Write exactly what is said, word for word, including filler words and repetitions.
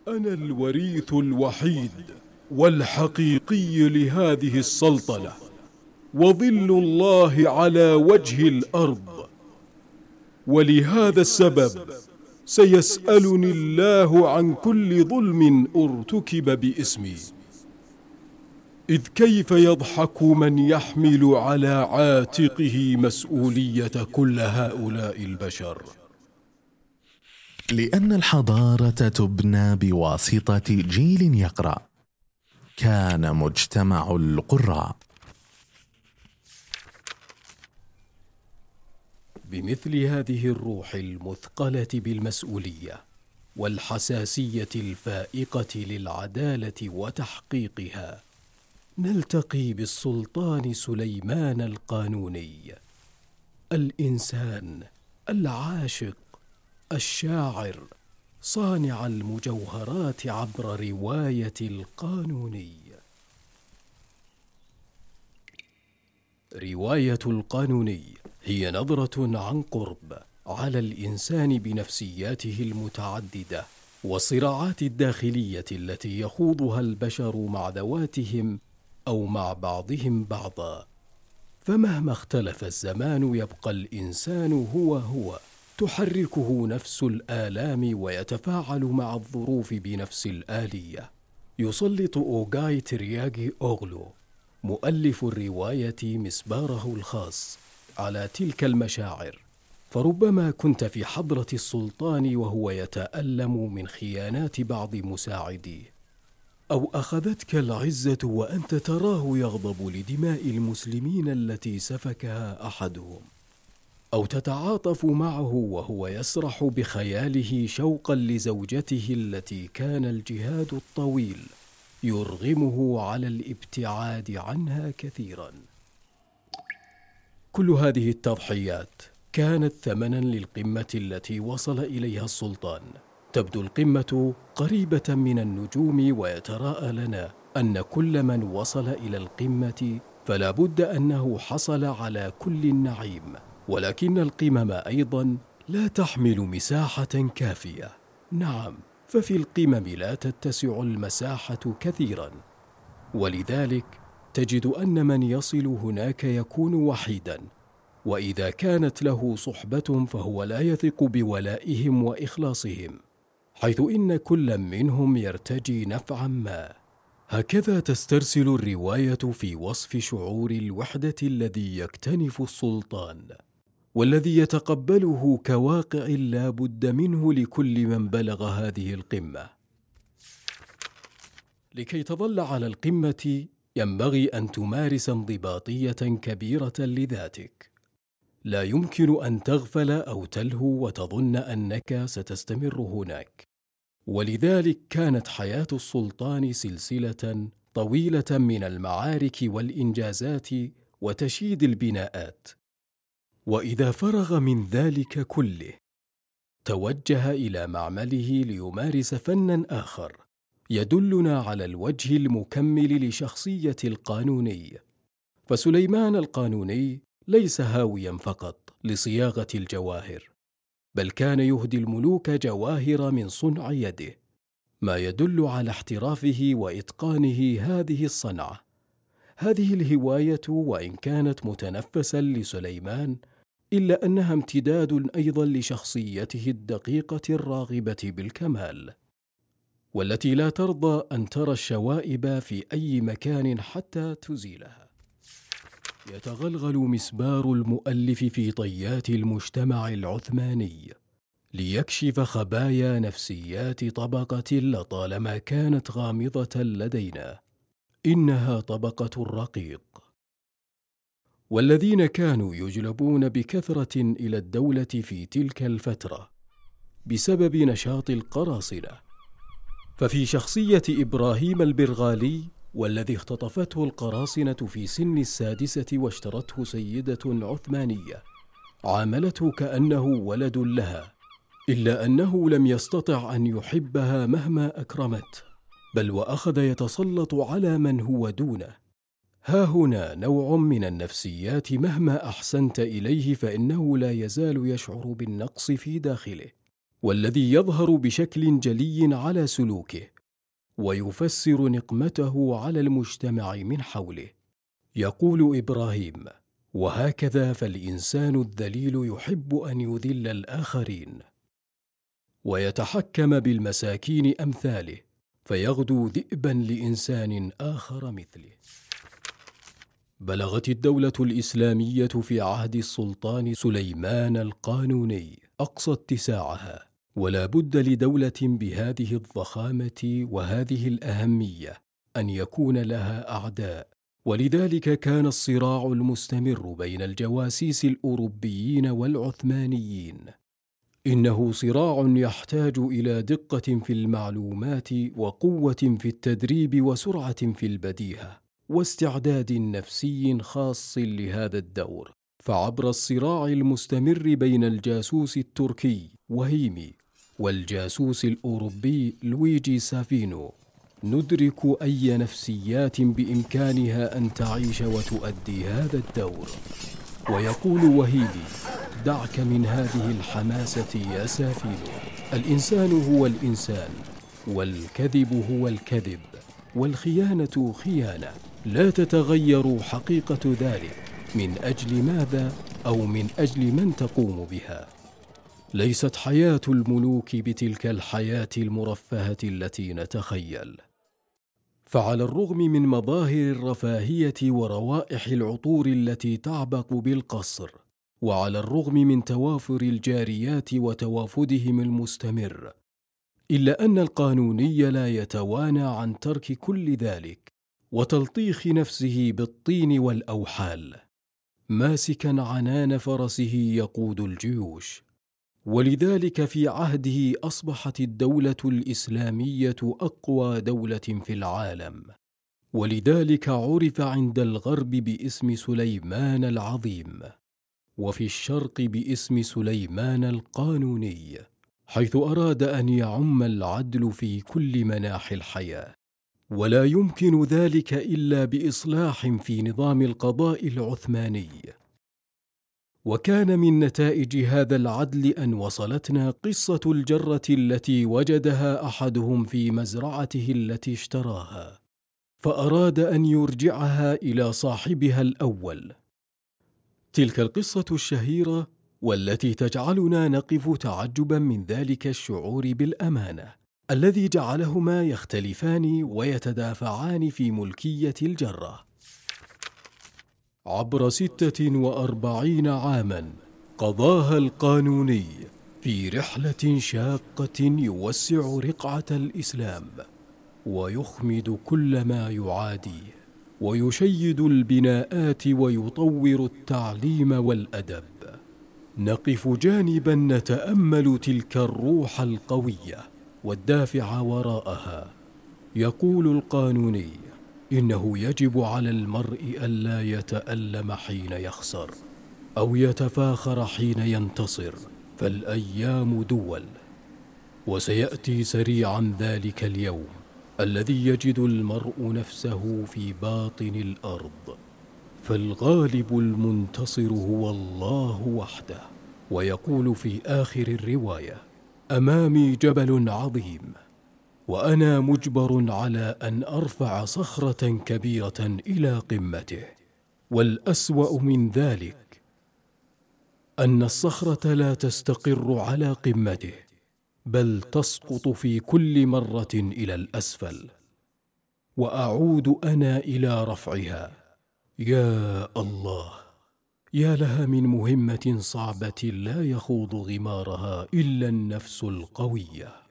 أنا الوريث الوحيد والحقيقي لهذه السلطنة، وظل الله على وجه الأرض، ولهذا السبب سيسألني الله عن كل ظلم ارتكب باسمي. إذ كيف يضحك من يحمل على عاتقه مسؤولية كل هؤلاء البشر؟ لأن الحضارة تبنى بواسطة جيل يقرأ. كان مجتمع القراء. بمثل هذه الروح المثقلة بالمسؤولية والحساسية الفائقة للعدالة وتحقيقها، نلتقي بالسلطان سليمان القانوني، الإنسان العاشق الشاعر صانع المجوهرات عبر رواية القانوني. رواية القانوني هي نظرة عن قرب على الإنسان بنفسياته المتعددة والصراعات الداخلية التي يخوضها البشر مع ذواتهم أو مع بعضهم بعضا. فمهما اختلف الزمان يبقى الإنسان هو هو، تحركه نفس الآلام ويتفاعل مع الظروف بنفس الآلية. يسلط أوغاي ترياغي أوغلو مؤلف الرواية مسباره الخاص على تلك المشاعر، فربما كنت في حضرة السلطان وهو يتألم من خيانات بعض مساعديه، أو أخذتك العزة وأنت تراه يغضب لدماء المسلمين التي سفكها أحدهم، أو تتعاطف معه وهو يسرح بخياله شوقا لزوجته التي كان الجهاد الطويل يرغمه على الابتعاد عنها كثيرا. كل هذه التضحيات كانت ثمنا للقمة التي وصل إليها السلطان. تبدو القمة قريبة من النجوم، ويتراءى لنا أن كل من وصل إلى القمة فلا بد أنه حصل على كل النعيم، ولكن القمم أيضا لا تحمل مساحة كافية. نعم، ففي القمم لا تتسع المساحة كثيرا، ولذلك تجد أن من يصل هناك يكون وحيدا، وإذا كانت له صحبة فهو لا يثق بولائهم وإخلاصهم، حيث إن كل منهم يرتجي نفعا ما. هكذا تسترسل الرواية في وصف شعور الوحدة الذي يكتنف السلطان، والذي يتقبله كواقع لا بد منه لكل من بلغ هذه القمة. لكي تظل على القمة ينبغي أن تمارس انضباطية كبيرة لذاتك. لا يمكن أن تغفل أو تلهو وتظن أنك ستستمر هناك، ولذلك كانت حياة السلطان سلسلة طويلة من المعارك والإنجازات وتشييد البناءات. وإذا فرغ من ذلك كله توجه إلى معمله ليمارس فناً آخر يدلنا على الوجه المكمل لشخصية القانوني. فسليمان القانوني ليس هاوياً فقط لصياغة الجواهر، بل كان يهدي الملوك جواهر من صنع يده، ما يدل على احترافه وإتقانه هذه الصنعة. هذه الهواية وإن كانت متنفساً لسليمان، إلا أنها امتداد أيضاً لشخصيته الدقيقة الراغبة بالكمال، والتي لا ترضى أن ترى الشوائب في أي مكان حتى تزيلها. يتغلغل مسبار المؤلف في طيات المجتمع العثماني ليكشف خبايا نفسيات طبقة لطالما كانت غامضة لدينا، إنها طبقة الرقيق، والذين كانوا يجلبون بكثرة إلى الدولة في تلك الفترة بسبب نشاط القراصنة. ففي شخصية إبراهيم البرغالي، والذي اختطفته القراصنة في سن السادسة واشترته سيدة عثمانية، عاملته كأنه ولد لها، إلا أنه لم يستطع أن يحبها مهما أكرمته، بل وأخذ يتسلط على من هو دونه. ها هنا نوع من النفسيات مهما أحسنت إليه فإنه لا يزال يشعر بالنقص في داخله، والذي يظهر بشكل جلي على سلوكه ويفسر نقمته على المجتمع من حوله. يقول إبراهيم: وهكذا فالإنسان الذليل يحب أن يذل الآخرين ويتحكم بالمساكين أمثاله، فيغدو ذئبا لإنسان آخر مثله. بلغت الدولة الإسلامية في عهد السلطان سليمان القانوني أقصى اتساعها، ولا بد لدولة بهذه الضخامة وهذه الأهمية أن يكون لها أعداء، ولذلك كان الصراع المستمر بين الجواسيس الأوروبيين والعثمانيين. إنه صراع يحتاج إلى دقة في المعلومات وقوة في التدريب وسرعة في البديهة واستعداد نفسي خاص لهذا الدور. فعبر الصراع المستمر بين الجاسوس التركي وهيمي والجاسوس الأوروبي لويجي سافينو ندرك أي نفسيات بإمكانها أن تعيش وتؤدي هذا الدور. ويقول وهيبي: دعك من هذه الحماسة يا سافينو، الإنسان هو الإنسان، والكذب هو الكذب، والخيانة خيانة، لا تتغير حقيقة ذلك من أجل ماذا أو من أجل من تقوم بها. ليست حياة الملوك بتلك الحياة المرفهة التي نتخيل. فعلى الرغم من مظاهر الرفاهية وروائح العطور التي تعبق بالقصر، وعلى الرغم من توافر الجاريات وتوافدهم المستمر، إلا أن القانوني لا يتوانى عن ترك كل ذلك وتلطيخ نفسه بالطين والأوحال، ماسكا عنان فرسه يقود الجيوش. ولذلك في عهده أصبحت الدولة الإسلامية أقوى دولة في العالم، ولذلك عرف عند الغرب باسم سليمان العظيم، وفي الشرق باسم سليمان القانوني، حيث أراد أن يعم العدل في كل مناحي الحياة. ولا يمكن ذلك إلا بإصلاح في نظام القضاء العثماني. وكان من نتائج هذا العدل أن وصلتنا قصة الجرة التي وجدها أحدهم في مزرعته التي اشتراها، فأراد أن يرجعها إلى صاحبها الأول. تلك القصة الشهيرة والتي تجعلنا نقف تعجبا من ذلك الشعور بالأمانة الذي جعلهما يختلفان ويتدافعان في ملكية الجرة. عبر ستة وأربعين عاما قضاها القانوني في رحلة شاقة يوسع رقعة الإسلام ويخمد كل ما يعاديه ويشيد البناءات ويطور التعليم والأدب. نقف جانبا نتأمل تلك الروح القوية والدافع وراءها. يقول القانوني: إنه يجب على المرء ألا يتألم حين يخسر أو يتفاخر حين ينتصر، فالأيام دول، وسيأتي سريعا ذلك اليوم الذي يجد المرء نفسه في باطن الأرض، فالغالب المنتصر هو الله وحده. ويقول في آخر الرواية: أمامي جبل عظيم وأنا مجبر على أن أرفع صخرة كبيرة إلى قمته، والأسوأ من ذلك أن الصخرة لا تستقر على قمته، بل تسقط في كل مرة إلى الأسفل، وأعود أنا إلى رفعها. يا الله، يا لها من مهمة صعبة لا يخوض غمارها إلا النفس القوية.